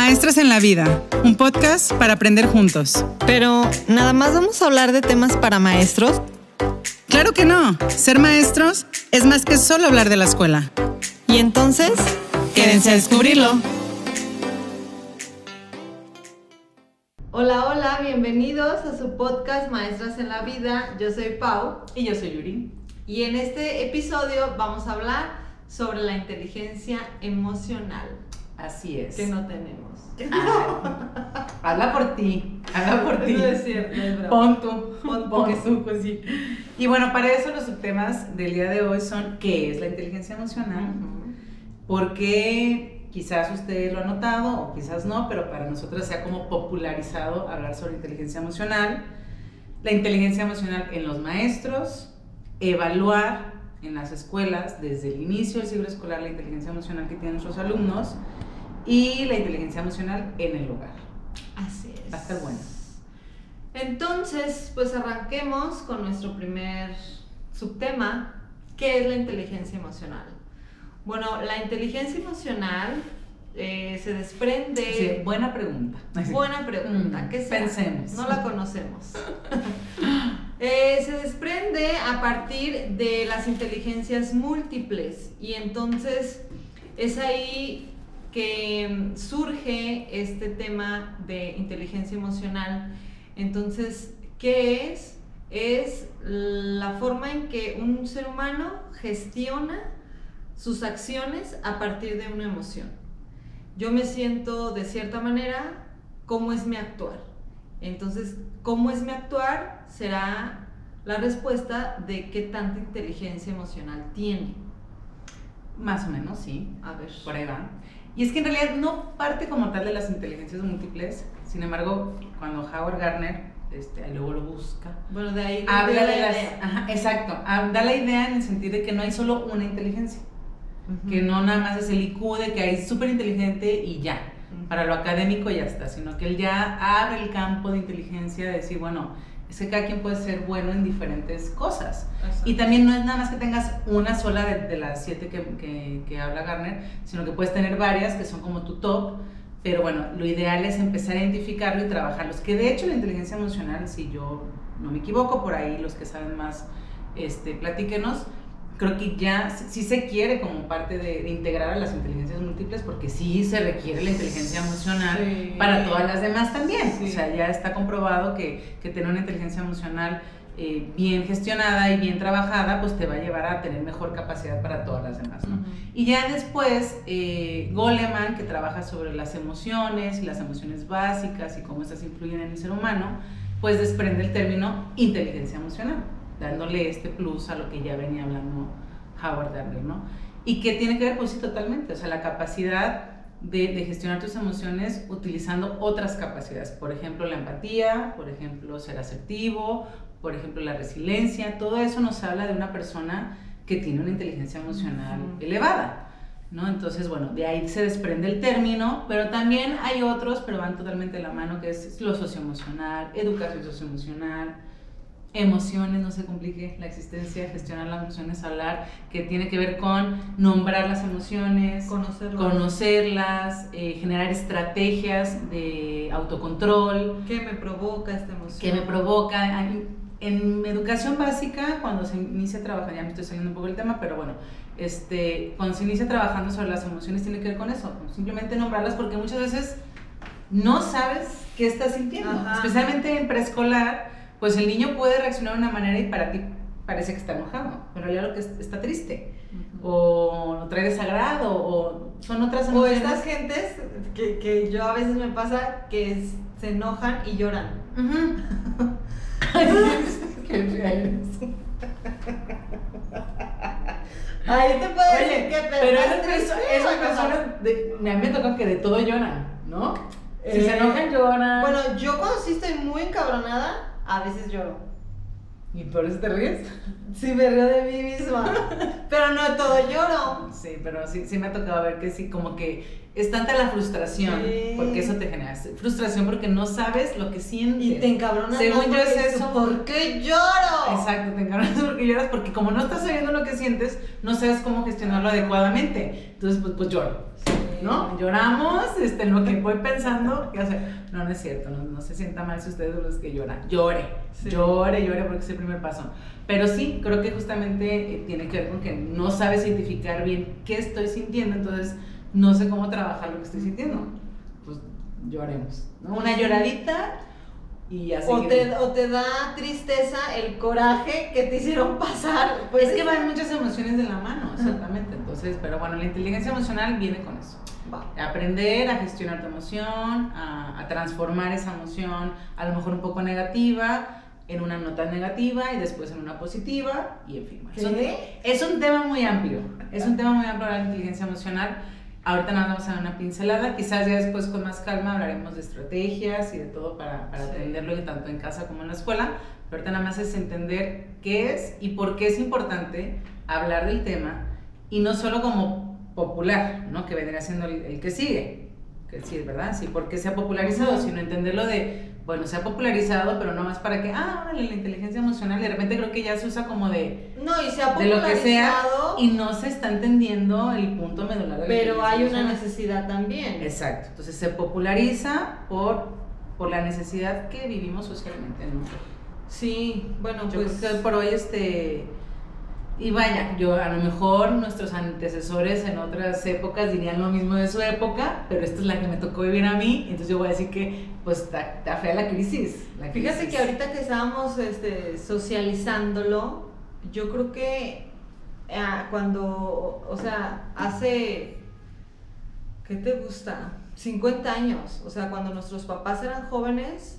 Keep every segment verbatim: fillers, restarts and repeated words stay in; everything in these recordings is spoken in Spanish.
Maestras en la Vida, un podcast para aprender juntos. Pero, ¿nada más vamos a hablar de temas para maestros? ¡Claro que no! Ser maestros es más que solo hablar de la escuela. Y entonces, quédense a descubrirlo. Hola, hola, bienvenidos a su podcast Maestras en la Vida. Yo soy Pau. Y yo soy Yuri. Y en este episodio vamos a hablar sobre la inteligencia emocional. Así es. Que no tenemos. Ah, habla por ti, habla por ti. No es cierto, es broma. Pon tú, Pon pon tú. tú, pues sí. Y bueno, para eso los subtemas del día de hoy son ¿qué es la inteligencia emocional? Uh-huh. Porque quizás ustedes lo han notado o quizás no, pero para nosotros se ha como popularizado hablar sobre inteligencia emocional. La inteligencia emocional en los maestros, evaluar en las escuelas desde el inicio del ciclo escolar la inteligencia emocional que tienen nuestros alumnos y la inteligencia emocional en el hogar. Así es. Va a estar bueno. Entonces, pues arranquemos con nuestro primer subtema, ¿qué es la inteligencia emocional? Bueno, la inteligencia emocional eh, se desprende... Sí, buena pregunta. Buena pregunta, Mm, ¿qué será? Pensemos. No la conocemos. eh, se desprende a partir de las inteligencias múltiples y entonces es ahí que surge este tema de inteligencia emocional. Entonces, ¿qué es? Es la forma en que un ser humano gestiona sus acciones a partir de una emoción. Yo me siento de cierta manera, ¿cómo es mi actuar? Entonces, ¿cómo es mi actuar? Será la respuesta de qué tanta inteligencia emocional tiene. Más o menos, sí. A ver. Por ahí va. Y es que en realidad no parte como tal de las inteligencias múltiples. Sin embargo, cuando Howard Gardner, este, ahí luego lo busca, Bueno, de ahí habla de la las... idea. Ajá, exacto. ah, Da la idea en el sentido de que no hay solo una inteligencia. Uh-huh. Que no nada más es el I Q de que hay súper inteligente y ya. Uh-huh. Para lo académico ya está. Sino que él ya abre el campo de inteligencia de decir, bueno, es que cada quien puede ser bueno en diferentes cosas. Exacto. Y también no es nada más que tengas una sola de, de las siete que, que, que habla Gardner, sino que puedes tener varias que son como tu top, pero bueno, lo ideal es empezar a identificarlo y trabajarlos, que de hecho la inteligencia emocional, si yo no me equivoco, por ahí los que saben más, este, platíquenos, creo que ya sí se quiere como parte de, de integrar a las inteligencias múltiples, porque sí se requiere la inteligencia emocional sí. para todas las demás también. Sí. O sea, ya está comprobado que, que tener una inteligencia emocional eh, bien gestionada y bien trabajada, pues te va a llevar a tener mejor capacidad para todas las demás, ¿no? Uh-huh. Y ya después, eh, Goleman, que trabaja sobre las emociones y las emociones básicas y cómo estas influyen en el ser humano, pues desprende el término inteligencia emocional, dándole este plus a lo que ya venía hablando Howard Gardner, ¿no? Y que tiene que ver, pues sí, totalmente, o sea, la capacidad de, de gestionar tus emociones utilizando otras capacidades, por ejemplo, la empatía, por ejemplo, ser asertivo, por ejemplo, la resiliencia, todo eso nos habla de una persona que tiene una inteligencia emocional uh-huh. elevada, ¿no? Entonces, bueno, de ahí se desprende el término, pero también hay otros, pero van totalmente de la mano, que es lo socioemocional, educación socioemocional, emociones, no se complique la existencia, gestionar las emociones, hablar, que tiene que ver con nombrar las emociones, conocerlas, conocerlas eh, generar estrategias de autocontrol. ¿Qué me provoca esta emoción? ¿Qué me provoca? En educación básica, cuando se inicia trabajando, ya me estoy saliendo un poco del tema, pero bueno, este, cuando se inicia trabajando sobre las emociones tiene que ver con eso, simplemente nombrarlas, porque muchas veces no sabes qué estás sintiendo. Ajá. Especialmente en preescolar, pues el niño puede reaccionar de una manera y para ti parece que está enojado, pero en realidad lo que es, está triste, uh-huh. o lo trae desagrado, o son otras emociones. O estas gentes que, que yo a veces me pasa que es, se enojan y lloran. Uh-huh. Qué real. Ahí te puedo Oye, decir que pero esas personas, esas personas de, a mí me toca que de todo lloran, ¿no? Si eh, se enojan, lloran. Bueno, yo cuando sí estoy muy encabronada, a veces lloro. ¿Y por eso te ríes? Sí, me río de mí misma. Pero no de todo lloro. Sí, pero sí, sí me ha tocado ver que sí, como que es tanta la frustración, sí. Porque eso te genera frustración porque no sabes lo que sientes. Y te encabronas. Según yo es eso. ¿Por qué lloro? Exacto, te encabronas porque lloras, porque como no estás sabiendo lo que sientes, no sabes cómo gestionarlo adecuadamente. Entonces, pues, pues lloro. Sí. ¿no? Lloramos, este, en lo que voy pensando, o sea, no, no es cierto, no, no se sienta mal si ustedes son los que lloran, llore, sí. llore, llore, porque es el primer paso. Pero sí, creo que justamente eh, tiene que ver con que no sabes identificar bien qué estoy sintiendo, entonces no sé cómo trabajar lo que estoy sintiendo. Pues lloremos, ¿no? Una lloradita y así. O te, o te da tristeza el coraje que te hicieron pasar. Pues es que van muchas emociones de la mano, exactamente. Entonces, pero bueno, la inteligencia emocional viene con eso. Va. Aprender a gestionar tu emoción, a, a transformar esa emoción, a lo mejor un poco negativa, en una nota negativa y después en una positiva y en fin. ¿Sí? Es un tema muy amplio, es un tema muy amplio la inteligencia emocional. Ahorita nada más vamos a dar una pincelada, quizás ya después con más calma hablaremos de estrategias y de todo para, para sí. atenderlo tanto en casa como en la escuela, pero ahorita nada más es entender qué es y por qué es importante hablar del tema y no solo como popular, ¿no? Que vendría siendo el, el que sigue, que sí, ¿verdad? Sí, porque se ha popularizado, uh-huh. sino entenderlo de, bueno, se ha popularizado, pero no más para que, ah, órale, la inteligencia emocional, y de repente creo que ya se usa como de, no, y se ha de lo que sea, y no se está entendiendo el punto medular de la pero hay una necesidad también. Exacto, entonces se populariza por, por la necesidad que vivimos socialmente, ¿no? Sí, bueno, yo pues creo que por hoy este... Y vaya, yo a lo mejor nuestros antecesores en otras épocas dirían lo mismo de su época, pero esta es la que me tocó vivir a mí, entonces yo voy a decir que pues está, está fea la crisis, la crisis. Fíjate que ahorita que estábamos este, socializándolo, yo creo que eh, cuando, o sea, hace, ¿qué te gusta? cincuenta años, o sea, cuando nuestros papás eran jóvenes,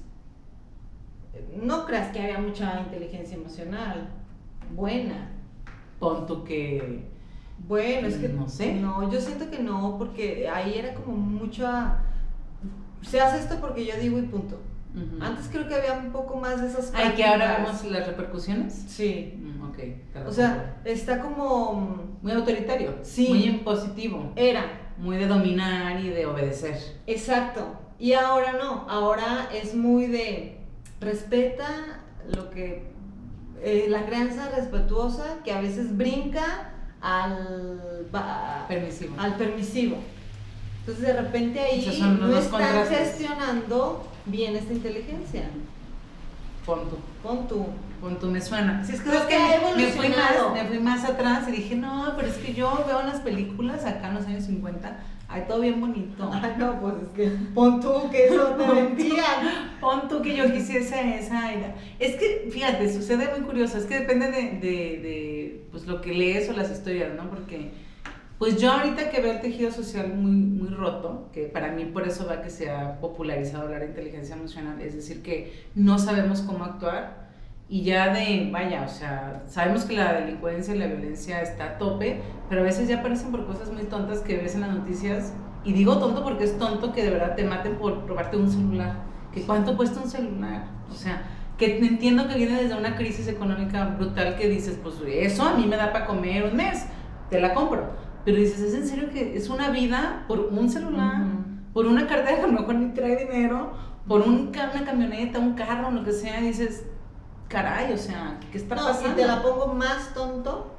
no creas que había mucha inteligencia emocional buena. Pon tú que... Bueno, es que... No sé. No, yo siento que no, porque ahí era como mucha... Se hace esto porque yo digo y punto. Uh-huh. Antes creo que había un poco más de esas prácticas. ¿Hay que ahora vemos las repercusiones? Sí. Mm, ok. O sea, está como... Muy autoritario. Sí. Muy impositivo. Era. Muy de dominar y de obedecer. Exacto. Y ahora no. Ahora es muy de... Respeta lo que... Eh, la crianza respetuosa que a veces brinca al a, permisivo. al permisivo. Entonces de repente ahí no están gestionando bien esta inteligencia. Pon tú. Pon tú. Pon tú, me suena. Sí, es que, es que me, me, fui más, me fui más atrás y dije, no, pero es que yo veo en las películas acá en los años cincuenta, ay, todo bien bonito. Ay, no, pues es que pon tú que eso te vendían. Pon tú que yo quisiese esa idea. Es que, fíjate, sucede muy curioso, es que depende de, de, de pues, lo que lees o las historias, ¿no? Porque, pues yo ahorita que veo el tejido social muy, muy roto, que para mí por eso va que se ha popularizado hablar de inteligencia emocional, es decir, que no sabemos cómo actuar, y ya de, vaya, o sea, sabemos que la delincuencia y la violencia está a tope, pero a veces ya aparecen por cosas muy tontas que ves en las noticias, y digo tonto porque es tonto que de verdad te maten por robarte un celular, que cuánto cuesta un celular, o sea, que entiendo que viene desde una crisis económica brutal que dices, pues eso a mí me da para comer un mes, te la compro, pero dices, ¿es en serio que es una vida por un celular, uh-huh. por una cartera que a lo mejor ni trae dinero, por un, una camioneta, un carro, lo que sea, y dices... Caray, o sea, ¿qué está no, pasando? No, y te la pongo más tonto,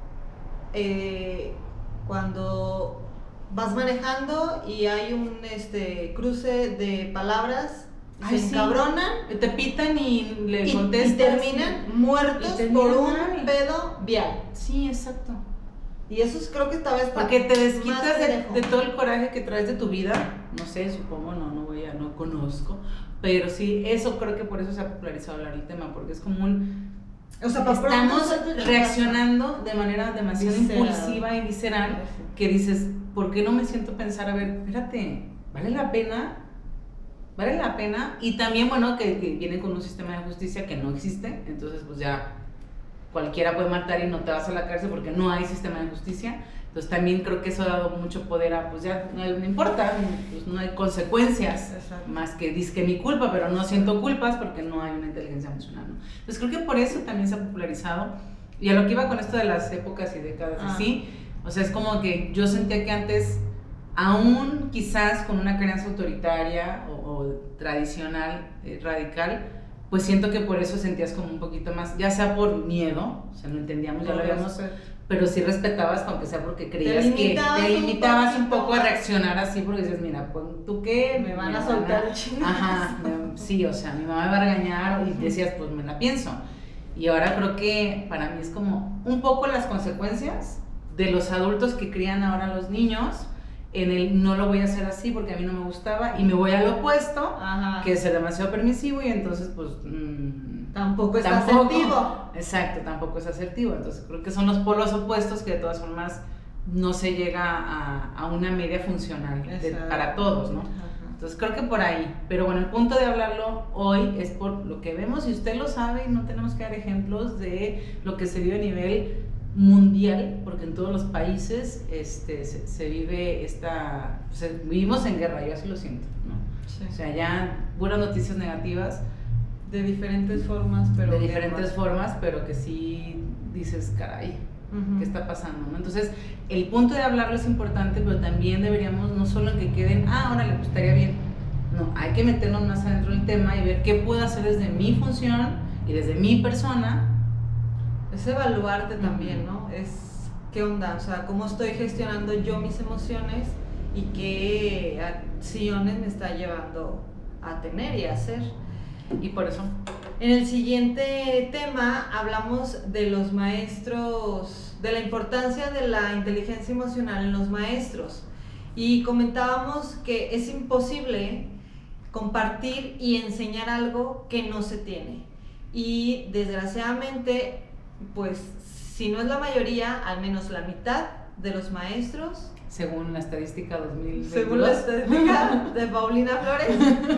eh, cuando vas manejando y hay un este, cruce de palabras, Ay, se sí. encabronan, te pitan y le y, contestas. Y terminan y, muertos y terminan por un pedo vial. Sí, exacto. Y eso es, creo que esta vez... Porque te desquitas de, de todo el coraje que traes de tu vida, no sé, supongo, no, no voy a, no conozco, pero sí, eso creo que por eso se ha popularizado hablar del tema, porque es como un... O sea, estamos reaccionando de manera demasiado visceral. impulsiva y visceral, que dices, ¿por qué no me siento pensar, a ver, espérate, ¿vale la pena? ¿Vale la pena? Y también, bueno, que, que viene con un sistema de justicia que no existe, entonces pues ya cualquiera puede matar y no te vas a la cárcel porque no hay sistema de justicia. Entonces también creo que eso ha dado mucho poder a, pues ya, no, no importa, pues no hay consecuencias. Exacto. Más que disque mi culpa, pero no siento culpas porque no hay una inteligencia emocional, ¿no? Entonces creo que por eso también se ha popularizado. Y a lo que iba con esto de las épocas y décadas ah. así, o sea, es como que yo sentía que antes, aún quizás con una crianza autoritaria o, o tradicional, eh, radical, pues siento que por eso sentías como un poquito más, ya sea por miedo, o sea, no entendíamos, ya lo habíamos pero sí respetabas, aunque sea porque creías Te que limitabas te un limitabas un, poquito poco a más. reaccionar así, porque dices, mira, pues, ¿tú qué? Me van a soltar el chingazo. Ajá, me- sí, o sea, mi mamá me va a regañar, y decías, pues me la pienso. Y ahora creo que para mí es como un poco las consecuencias de los adultos que crían ahora a los niños, en el no lo voy a hacer así porque a mí no me gustaba, y me voy al opuesto, Ajá. que es demasiado permisivo, y entonces pues... mmm, Tampoco es Tampoco, asertivo. exacto, tampoco es asertivo. Entonces creo que son los polos opuestos que de todas formas no se llega a, a una media funcional de, para todos, ¿no? Ajá. Entonces creo que por ahí. Pero bueno, el punto de hablarlo hoy es por lo que vemos, y usted lo sabe, y no tenemos que dar ejemplos de lo que se vive a nivel mundial, porque en todos los países este, se, se vive esta... O sea, vivimos en guerra, yo así lo siento, ¿no? Sí. O sea, ya puras noticias negativas. De diferentes formas, pero... de diferentes guerra. formas, pero que sí dices, caray, Ujú. ¿qué está pasando? ¿no? Entonces, el punto de hablarlo es importante, pero también deberíamos, no solo en que queden, ah, ahora le gustaría bien, no, hay que meternos más adentro del tema y ver qué puedo hacer desde mi función y desde mi persona. Es evaluarte también, ¿no? Es qué onda, o sea, cómo estoy gestionando yo mis emociones y qué acciones me está llevando a tener y a hacer. Y por eso, En el siguiente tema hablamos de los maestros, de la importancia de la inteligencia emocional en los maestros, y comentábamos que es imposible compartir y enseñar algo que no se tiene, y desgraciadamente, pues si no es la mayoría, al menos la mitad de los maestros, según la estadística dos mil veintidós, según la estadística de Paulina Flores,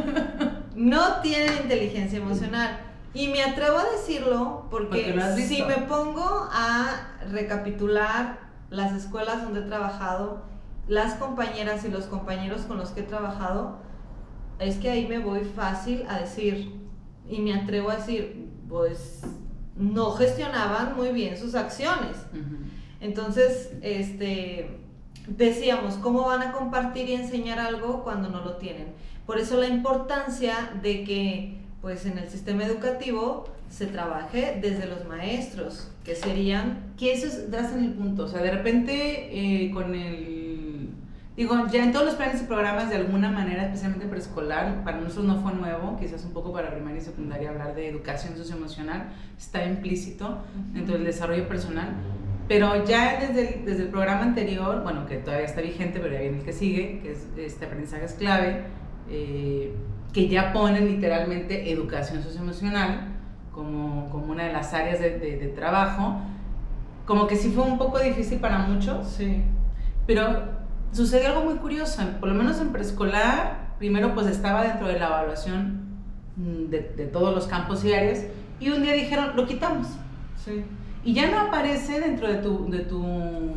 no tienen inteligencia emocional. Y me atrevo a decirlo porque, Porque lo has visto. si me pongo a recapitular las escuelas donde he trabajado, las compañeras y los compañeros con los que he trabajado, es que ahí me voy fácil a decir, y me atrevo a decir, pues no gestionaban muy bien sus acciones. uh-huh. Entonces, este, decíamos, ¿cómo van a compartir y enseñar algo cuando no lo tienen? Por eso la importancia de que, pues, en el sistema educativo se trabaje desde los maestros, que serían... Que eso es, das en el punto, o sea, de repente eh, con el... Digo, ya en todos los planes y programas de alguna manera, especialmente preescolar, para nosotros no fue nuevo, quizás un poco para primaria y secundaria hablar de educación socioemocional, está implícito uh-huh. dentro del desarrollo personal, pero ya desde el, desde el programa anterior, bueno, que todavía está vigente, pero ya viene el que sigue, que es este aprendizaje es clave, eh, que ya ponen literalmente educación socioemocional como, como una de las áreas de, de, de trabajo, como que sí fue un poco difícil para muchos, Sí. pero sucedió algo muy curioso, por lo menos en preescolar, primero pues estaba dentro de la evaluación de, de todos los campos y áreas, y un día dijeron, lo quitamos, Sí. y ya no aparece dentro de tu, de tu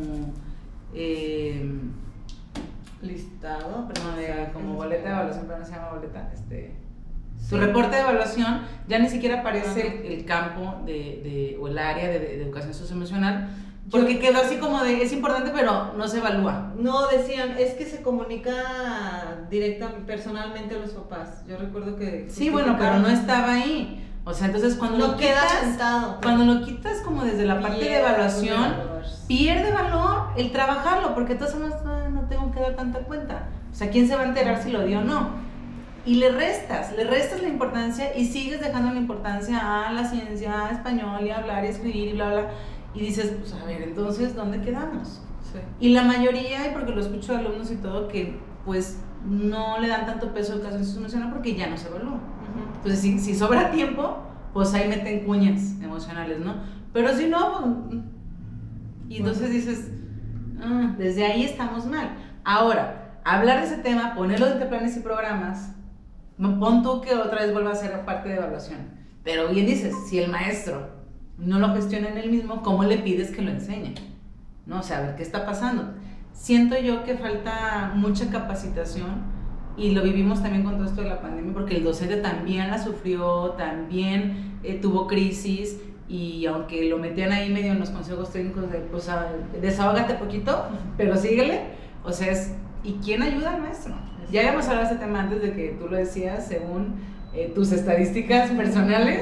eh, Listado, no, de, como boleta de evaluación, pero no se llama boleta, este, Sí. tu reporte de evaluación, ya ni siquiera aparece Ajá. el, el campo de, de, o el área de, de, de educación socioemocional, porque Yo, quedó así como de, es importante, pero no se evalúa. No, decían, es que se comunica directamente, personalmente a los papás. Yo recuerdo que... Sí, bueno, pero no estaba ahí. O sea, entonces cuando no lo queda quitas, sentado. cuando lo quitas como desde la parte de evaluación, pierde valor el trabajarlo, porque entonces no, no tengo que dar tanta cuenta. O sea, ¿quién se va a enterar si lo dio o no? Y le restas, le restas la importancia y sigues dejando la importancia a la ciencia, a español y a hablar y a escribir y bla, bla. Y dices, pues a ver, entonces, ¿dónde quedamos? Sí. Y la mayoría, y porque lo escucho de alumnos y todo, que pues no le dan tanto peso a educación socioemocional porque ya no se evalúa. Uh-huh. Entonces, si, si sobra tiempo, pues ahí meten cuñas emocionales, ¿no? Pero si no, pues... Y entonces dices, ah, desde ahí estamos mal. Ahora, hablar de ese tema, ponerlo entre planes y programas, pon tú que otra vez vuelva a ser parte de evaluación. Pero bien dices, si el maestro no lo gestiona en él mismo, ¿cómo le pides que lo enseñe? ¿No? O sea, a ver qué está pasando. Siento yo que falta mucha capacitación, y lo vivimos también con todo esto de la pandemia, porque el docente también la sufrió, también eh, tuvo crisis, y aunque lo metían ahí medio en los consejos técnicos de, pues, a, desahógate poquito, pero síguele, o sea, es, ¿y quién ayuda al maestro? Ya habíamos hablado de este tema antes de que tú lo decías, según eh, tus estadísticas personales,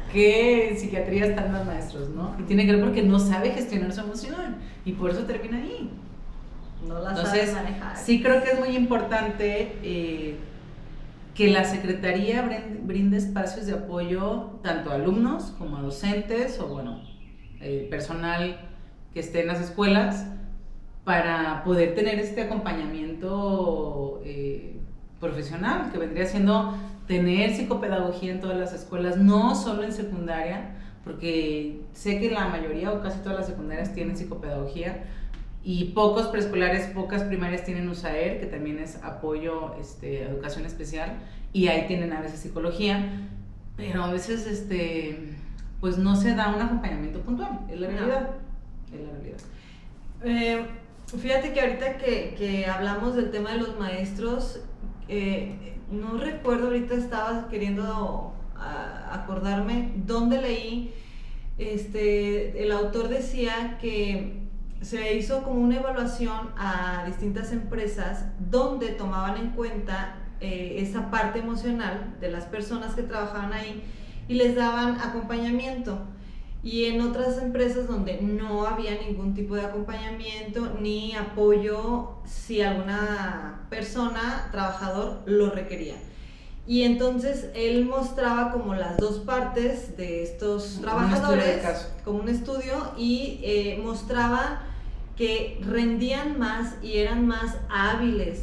que en psiquiatría están los maestros, ¿no? Y tiene que ver porque no sabe gestionar su emoción y por eso termina ahí. No la Entonces, sabe manejar. Sí creo que es muy importante eh, que la Secretaría brinde, brinde espacios de apoyo tanto a alumnos como a docentes o, bueno, eh, personal que esté en las escuelas para poder tener este acompañamiento eh, profesional, que vendría siendo tener psicopedagogía en todas las escuelas, no solo en secundaria, porque sé que la mayoría o casi todas las secundarias tienen psicopedagogía y pocos preescolares, pocas primarias tienen U S A E R, que también es apoyo, este, educación especial, y ahí tienen a veces psicología, pero a veces este, pues no se da un acompañamiento puntual, es la realidad, no. es la realidad. Eh, fíjate que ahorita que, que hablamos del tema de los maestros, eh, no recuerdo, ahorita estaba queriendo a, acordarme dónde leí, este, el autor decía que se hizo como una evaluación a distintas empresas donde tomaban en cuenta eh, esa parte emocional de las personas que trabajaban ahí y les daban acompañamiento. Y en otras empresas donde no había ningún tipo de acompañamiento ni apoyo si alguna persona, trabajador, lo requería. Y entonces él mostraba como las dos partes de estos como trabajadores, un como un estudio, y eh, mostraba que rendían más y eran más hábiles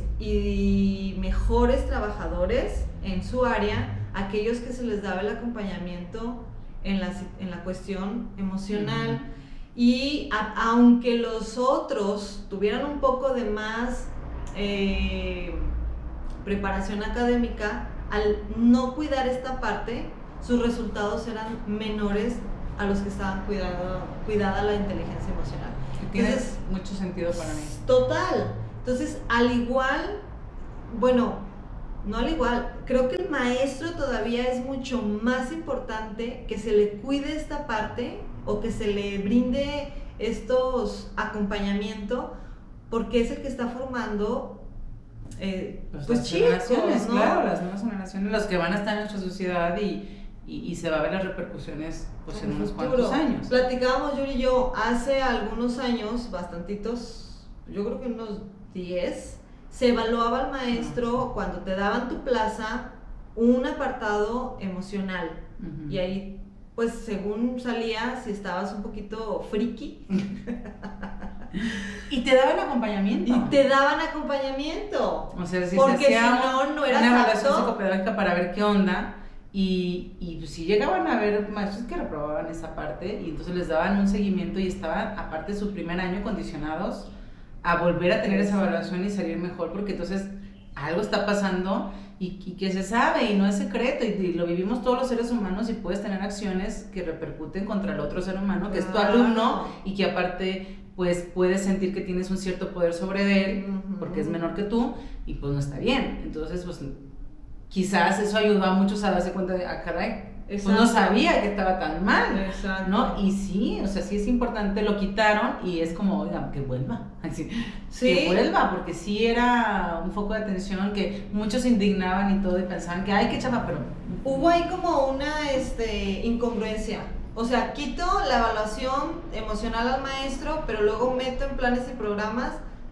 y mejores trabajadores en su área aquellos que se les daba el acompañamiento en la, en la cuestión emocional. Uh-huh. Y a, aunque los otros tuvieran un poco de más eh, preparación académica, al no cuidar esta parte, sus resultados eran menores a los que estaban cuidado, cuidada la inteligencia emocional. Tiene Entonces, mucho sentido para mí. Total. Entonces, al igual, bueno, no al igual, creo que el maestro todavía es mucho más importante que se le cuide esta parte o que se le brinde estos acompañamiento, porque es el que está formando eh, pues, pues las chicos, generaciones, ¿no? Claro, las nuevas generaciones, los que van a estar en nuestra sociedad y, y, y se va a ver las repercusiones pues, en, en unos futuro. cuantos años. Platicábamos Yuri y yo hace algunos años, bastantitos, yo creo que unos diez, se evaluaba al maestro uh-huh. cuando te daban tu plaza un apartado emocional uh-huh. y ahí pues según salía si estabas un poquito friki y te daban acompaamiento y te daban acompañamiento o sea si porque se hacía si no no eras una evaluación apto psicopedagógica para ver qué onda y, y pues, si llegaban a ver maestros que reprobaban esa parte y entonces les daban un seguimiento y estaban aparte de su primer año condicionados a volver a tener esa evaluación y salir mejor, porque entonces algo está pasando y, y que se sabe y no es secreto y, y lo vivimos todos los seres humanos y puedes tener acciones que repercuten contra el otro ser humano que es tu alumno y que aparte pues puedes sentir que tienes un cierto poder sobre él uh-huh. porque es menor que tú y pues no está bien. Entonces pues quizás eso ayudó a muchos a darse cuenta de, ah, caray, pues no sabía que estaba tan mal. Exacto. ¿No? Y sí, o sea, sí es importante, lo quitaron y es como, oigan, que vuelva, así, ¿sí? Que vuelva, porque sí era un foco de atención que muchos se indignaban y todo y pensaban que, ay, qué chava, pero... Hubo ahí como una este, incongruencia, o sea, quito la evaluación emocional al maestro, pero luego meto en planes y programas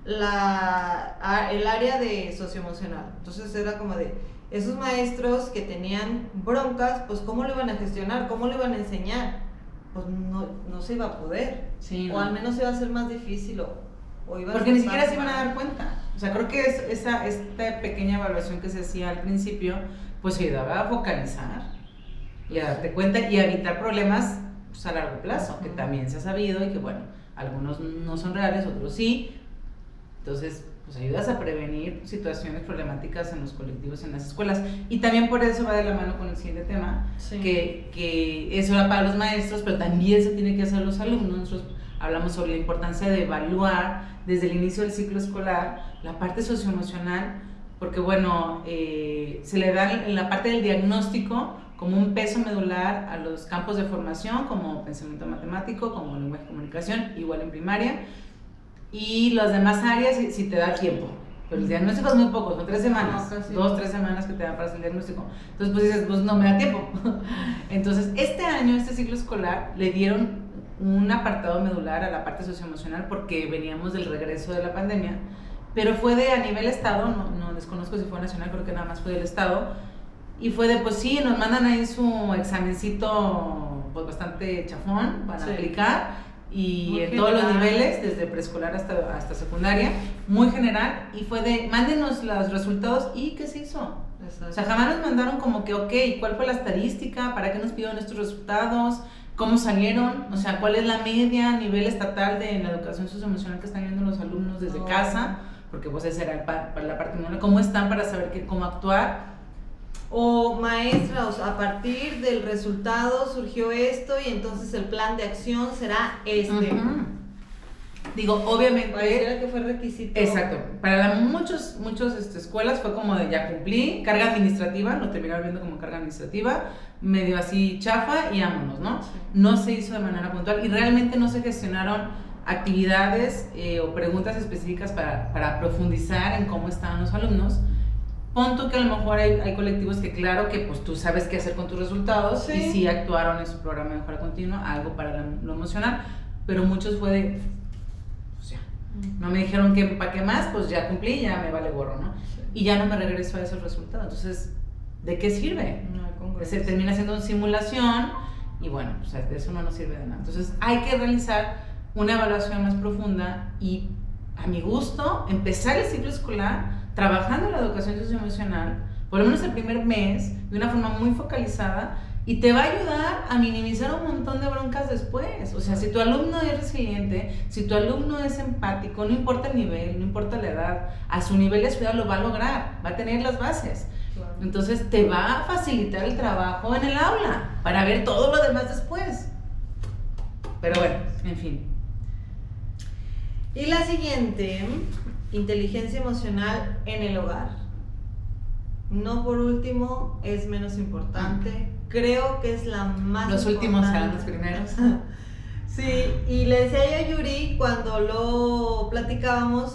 la, el área de socioemocional, entonces era como de... Esos maestros que tenían broncas, pues ¿cómo lo iban a gestionar? ¿Cómo lo iban a enseñar? Pues no, no se iba a poder. Sí, no. O al menos iba a ser más difícil. O, o iba Porque a ni siquiera se iban a dar cuenta. O sea, creo que es, esa, esta pequeña evaluación que se hacía al principio, pues ayudaba a focalizar y a darte cuenta y a evitar problemas pues, a largo plazo, uh-huh. que también se ha sabido y que, bueno, algunos no son reales, otros sí. Entonces... pues ayudas a prevenir situaciones problemáticas en los colectivos, en las escuelas. Y también por eso va de la mano con el siguiente tema, sí. que, que eso era para los maestros, pero también se tiene que hacer los alumnos. Nosotros hablamos sobre la importancia de evaluar desde el inicio del ciclo escolar la parte socioemocional, porque bueno, eh, se le da en la parte del diagnóstico como un peso medular a los campos de formación, como pensamiento matemático, como lenguaje y comunicación, igual en primaria, y las demás áreas si, si te da tiempo, pero el diagnóstico es muy poco, son tres semanas, No, casi. dos, tres semanas que te dan para hacer el diagnóstico. Entonces pues dices, pues no me da tiempo. Entonces este año, este ciclo escolar, le dieron un apartado medular a la parte socioemocional porque veníamos del regreso de la pandemia, pero fue de a nivel estado, no, no desconozco si fue nacional, creo que nada más fue del estado, y fue de, pues sí, nos mandan ahí su examencito pues bastante chafón para Sí. aplicar, y Muy en todos los general. niveles, desde preescolar hasta, hasta secundaria, muy general, y fue de, mándenos los resultados, ¿y qué se hizo? O sea, jamás nos mandaron como que, ok, ¿cuál fue la estadística? ¿Para qué nos pidieron estos resultados? ¿Cómo salieron? O sea, ¿cuál es la media a nivel estatal de la educación socioemocional que están viendo los alumnos desde No. casa? Porque pues esa era el pa- para la parte nueva. ¿Cómo están para saber qué, cómo actuar? O maestra, o sea, a partir del resultado surgió esto y entonces el plan de acción será este. Ujú. Digo, obviamente... Pareciera que fue requisito. Exacto. Para la, muchos, muchos este, escuelas fue como de ya cumplí, carga administrativa, lo terminaron viendo como carga administrativa, medio así chafa y vámonos, ¿no? Sí. No se hizo de manera puntual y realmente no se gestionaron actividades eh, o preguntas específicas para, para profundizar en cómo estaban los alumnos. Pon tú que a lo mejor hay, hay colectivos que claro que pues tú sabes qué hacer con tus resultados Sí. y sí actuaron en su programa de mejora continua, algo para la- lo emocional, pero muchos fue de, pues ya, no me dijeron que para qué más, pues ya cumplí, ya me vale gorro, ¿no? Sí. Y ya no me regreso a esos resultados, entonces, ¿de qué sirve? No hay congruencia. Se termina siendo una simulación y bueno, pues de eso no nos sirve de nada. Entonces hay que realizar una evaluación más profunda y a mi gusto empezar el ciclo escolar trabajando en la educación socioemocional, por lo menos el primer mes, de una forma muy focalizada y te va a ayudar a minimizar un montón de broncas después. O sea, si tu alumno es resiliente, si tu alumno es empático, no importa el nivel, no importa la edad, a su nivel de estudiar lo va a lograr, va a tener las bases. Claro. Entonces te va a facilitar el trabajo en el aula para ver todo lo demás después. Pero bueno, en fin. Y la siguiente, inteligencia emocional en el hogar. No por último, es menos importante. Creo que es la más Los últimos serán importante. los primeros. Sí, y le decía yo a Yuri cuando lo platicábamos,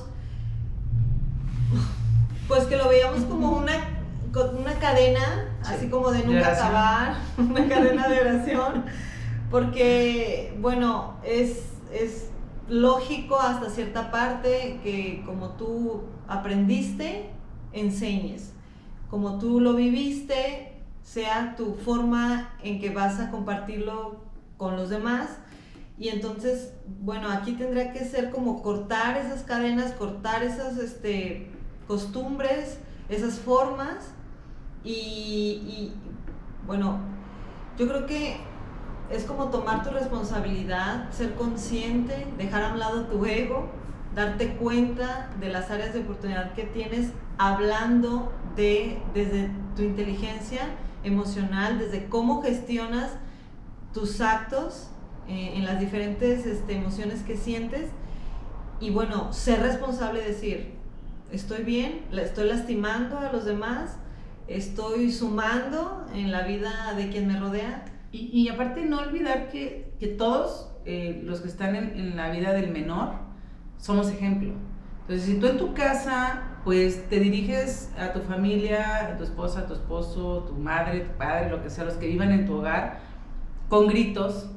pues que lo veíamos como una, con una cadena, Sí, así como de de nunca oración. acabar, una cadena de oración, porque, bueno, es, es lógico hasta cierta parte que como tú aprendiste, enseñes, como tú lo viviste, sea tu forma en que vas a compartirlo con los demás. Y entonces, bueno, aquí tendrá que ser como cortar esas cadenas, cortar esas este, costumbres, esas formas. Y, y, bueno, yo creo que es como tomar tu responsabilidad, ser consciente, dejar a un lado tu ego, darte cuenta de las áreas de oportunidad que tienes, hablando de, desde tu inteligencia emocional, desde cómo gestionas tus actos eh, en las diferentes este, emociones que sientes. Y bueno, ser responsable, decir, estoy bien, la estoy lastimando a los demás, estoy sumando en la vida de quien me rodea. Y, y aparte no olvidar que, que todos eh, los que están en, en la vida del menor somos ejemplo. Entonces, si tú en tu casa, pues te diriges a tu familia, a tu esposa, a tu esposo, tu madre, tu padre, lo que sea, los que vivan en tu hogar, con gritos,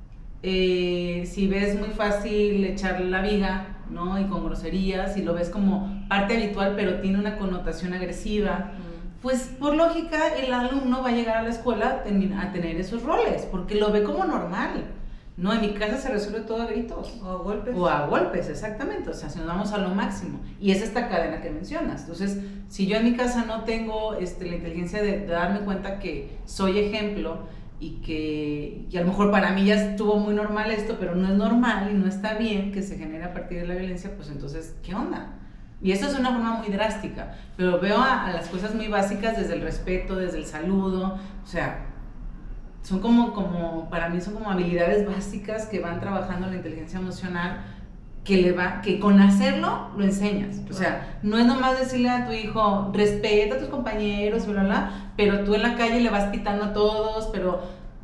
eh, si ves muy fácil echar la viga, ¿no? Y con groserías, y lo ves como parte habitual, pero tiene una connotación agresiva, pues por lógica el alumno va a llegar a la escuela a tener esos roles, porque lo ve como normal. No, en mi casa se resuelve todo a gritos. O a golpes. O a golpes, exactamente. O sea, si nos vamos a lo máximo. Y es esta cadena que mencionas. Entonces, si yo en mi casa no tengo este, la inteligencia de, de darme cuenta que soy ejemplo y que, y a lo mejor para mí ya estuvo muy normal esto, pero no es normal y no está bien que se genere a partir de la violencia, pues entonces, ¿qué onda? Y eso es una forma muy drástica, pero veo a, a las cosas muy básicas desde el respeto, desde el saludo, o sea, son como, como, para mí son como habilidades básicas que van trabajando la inteligencia emocional, que, le va, que con hacerlo lo enseñas. O sea, no es nomás decirle a tu hijo, respeta a tus compañeros, bla, bla, bla, pero tú en la calle le vas pitando a todos, pero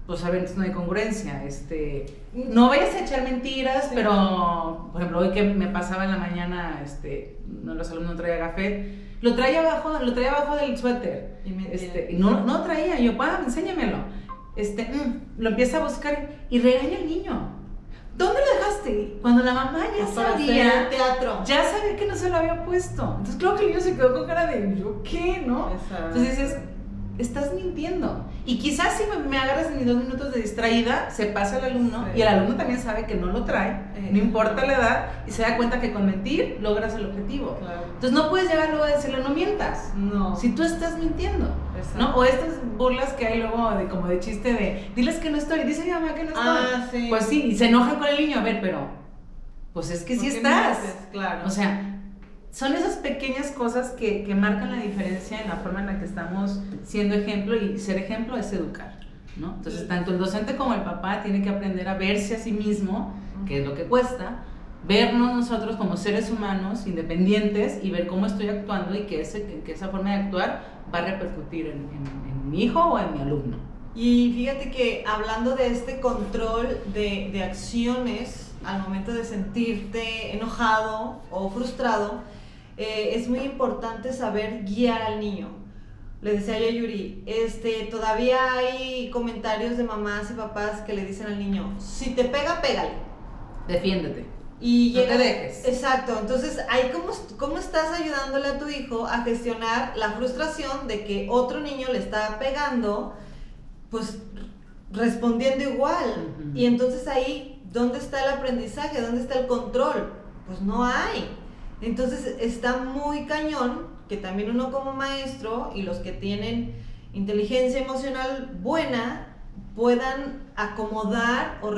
pues a ver, no hay congruencia, este, no vayas a echar mentiras, sí. Pero, por ejemplo, hoy que me pasaba en la mañana, este, uno de los alumnos traía gafet, lo traía abajo, lo traía abajo del suéter, y, me, este, y no, no traía, y yo, pa, enséñamelo, este, mm, lo empieza a buscar y regaña al niño. ¿Dónde lo dejaste? Cuando la mamá ya para sabía, teatro. ya sabía que no se lo había puesto. Entonces, claro que el niño se quedó con cara de, ¿yo qué? ¿No? Exacto. Entonces dices, estás mintiendo. Y quizás si me, me agarras en mis dos minutos de distraída, se pasa al alumno, sí. Y el alumno también sabe que no lo trae, eh, no importa la edad, y se da cuenta que con mentir logras el objetivo. Claro. Entonces no puedes llegar luego a decirle, no mientas. No. Si tú estás mintiendo. ¿No? O estas burlas que hay luego de, como de chiste de, diles que no estoy, dice mi mamá que no estoy. Ah, sí. Pues sí, y se enojan con el niño, a ver, pero, pues es que sí estás. Claro. O sea, son esas pequeñas cosas que, que marcan la diferencia en la forma en la que estamos siendo ejemplo, y ser ejemplo es educar, ¿no? Entonces, tanto el docente como el papá tienen que aprender a verse a sí mismo, que es lo que cuesta, vernos nosotros como seres humanos independientes y ver cómo estoy actuando y que, ese, que esa forma de actuar va a repercutir en, en, en mi hijo o en mi alumno. Y fíjate que hablando de este control de, de acciones al momento de sentirte enojado o frustrado, eh, es muy importante saber guiar al niño. Le decía yo a Yuri, este, todavía hay comentarios de mamás y papás que le dicen al niño, si te pega, pégale. Defiéndete. Y no llega, te dejes. Exacto, entonces ahí cómo, cómo estás ayudándole a tu hijo a gestionar la frustración de que otro niño le está pegando, pues respondiendo igual. Uh-huh. Y entonces ahí, ¿dónde está el aprendizaje? ¿Dónde está el control? Pues no hay. Entonces está muy cañón que también uno como maestro y los que tienen inteligencia emocional buena puedan acomodar o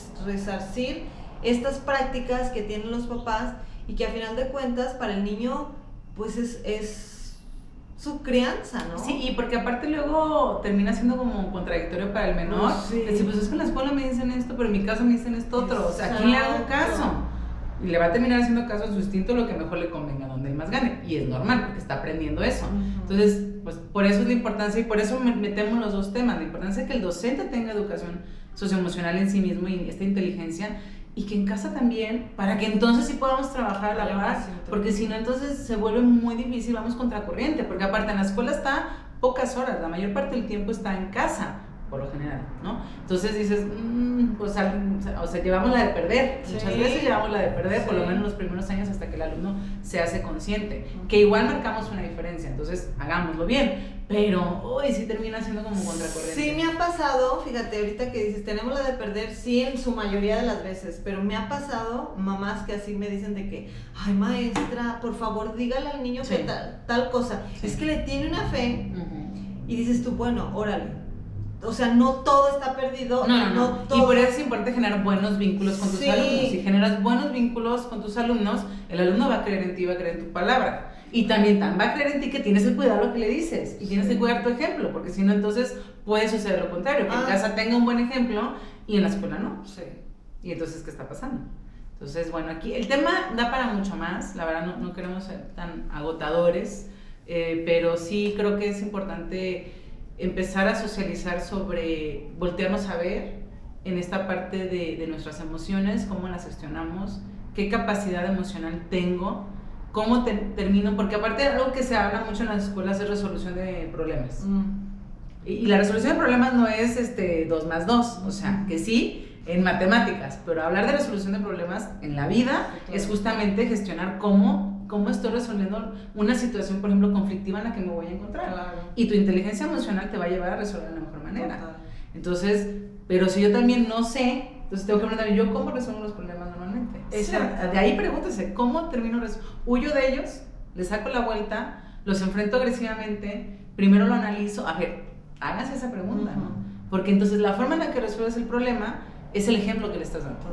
resarcir estas prácticas que tienen los papás y que a final de cuentas para el niño pues es, es su crianza, ¿no? Sí, y porque aparte luego termina siendo como contradictorio para el menor. Oh, sí. Decir, pues es que en la escuela me dicen esto, pero en mi casa me dicen esto otro. Exacto. O sea, ¿a quién le hago caso? Y le va a terminar haciendo caso a su instinto, lo que mejor le convenga, donde él más gane. Y es normal, porque está aprendiendo eso. Uh-huh. Entonces, pues por eso es la importancia, y por eso metemos los dos temas. La importancia de que el docente tenga educación socioemocional en sí mismo y esta inteligencia, y que en casa también, para que entonces sí podamos trabajar a la par, porque si no entonces se vuelve muy difícil, vamos contracorriente, porque aparte en la escuela está pocas horas, la mayor parte del tiempo está en casa, por lo general, ¿no? Entonces dices, mmm, pues, al, o sea, llevamos la de perder, sí. Muchas veces llevamos la de perder, sí. Por lo menos los primeros años hasta que el alumno se hace consciente, uh-huh. Que igual marcamos una diferencia, entonces hagámoslo bien, pero hoy sí termina siendo como contracorriente. Sí me ha pasado, fíjate, ahorita que dices, tenemos la de perder, sí, en su mayoría de las veces, pero me ha pasado mamás que así me dicen de que, ay maestra, por favor dígale al niño, sí. Que tal, tal cosa, sí. Es que le tiene una fe, uh-huh. Y dices tú, bueno, órale. O sea, no todo está perdido. No, no, no. no todo... Y por eso es importante generar buenos vínculos con tus sí. alumnos. Si generas buenos vínculos con tus alumnos, el alumno va a creer en ti, va a creer en tu palabra. Y también va a creer en ti que tienes que cuidar lo que le dices. Y sí. Tienes que cuidar tu ejemplo, porque si no, entonces puede suceder lo contrario. Que ah. en casa tenga un buen ejemplo y en la escuela no. Sí. Y entonces, ¿qué está pasando? Entonces, bueno, aquí el tema da para mucho más. La verdad, no, no queremos ser tan agotadores. Eh, pero sí creo que es importante empezar a socializar sobre voltearnos a ver en esta parte de, de nuestras emociones, cómo las gestionamos, qué capacidad emocional tengo, cómo te, termino, porque aparte de algo que se habla mucho en las escuelas es resolución de problemas. Mm. Y, y la resolución de problemas no es este, dos más dos, o sea, que sí, en matemáticas, pero hablar de resolución de problemas en la vida sí, claro. Es justamente gestionar cómo cómo estoy resolviendo una situación, por ejemplo, conflictiva en la que me voy a encontrar. Claro. Y tu inteligencia emocional te va a llevar a resolver de la mejor manera. Total. Entonces, pero si yo también no sé, entonces tengo que preguntarme, ¿yo cómo resuelvo los problemas normalmente? Exacto. De ahí pregúntese, ¿cómo termino resolviendo? Huyo de ellos, les saco la vuelta, los enfrento agresivamente, primero lo analizo. A ver, háganse esa pregunta, uh-huh. ¿no? Porque entonces la forma en la que resuelves el problema es el ejemplo que le estás dando.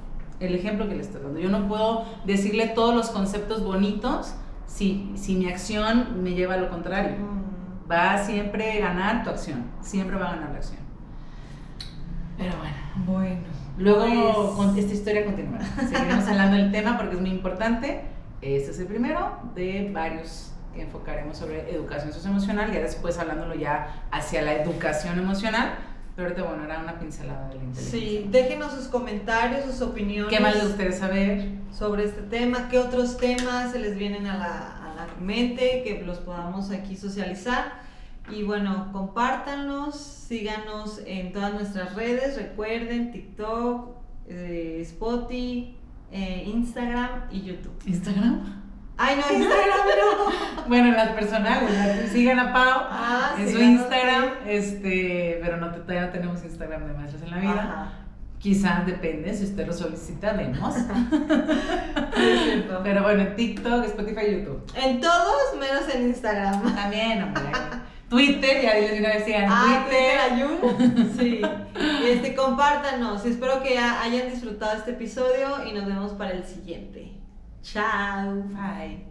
El ejemplo que le estás dando. Yo no puedo decirle todos los conceptos bonitos si, si mi acción me lleva a lo contrario. Mm. Va a siempre ganar tu acción. Siempre va a ganar la acción. Pero bueno. Bueno. Luego pues... con esta historia continuará. Seguiremos hablando del tema porque es muy importante. Este es el primero de varios que enfocaremos sobre educación socioemocional. Y después hablándolo ya hacia la educación emocional. Pero ahorita, bueno, era una pincelada de la inteligencia. Sí, déjenos sus comentarios, sus opiniones. ¿Qué más les gustaría saber sobre este tema? ¿Qué otros temas se les vienen a la, a la mente? Que los podamos aquí socializar. Y bueno, compártanlos, síganos en todas nuestras redes. Recuerden, TikTok, eh, Spotify, eh, Instagram y YouTube. ¿Instagram? Ay, no, Instagram no. Bueno, en las personales, ¿no? Sigan a Pau Ah, en sí, su ya Instagram, no sé. este, pero no, todavía no tenemos Instagram de Maestras en la Vida. Ajá. Quizás depende, si usted lo solicita, vemos. Sí, es cierto. Pero bueno, en TikTok, Spotify y YouTube. En todos, menos en Instagram. También, hombre. Twitter, ya diles de una vez, sigan Ah, Twitter. Twitter Ayun. Sí. Este, compártanos. Espero que hayan disfrutado este episodio y nos vemos para el siguiente. Chao. Bye.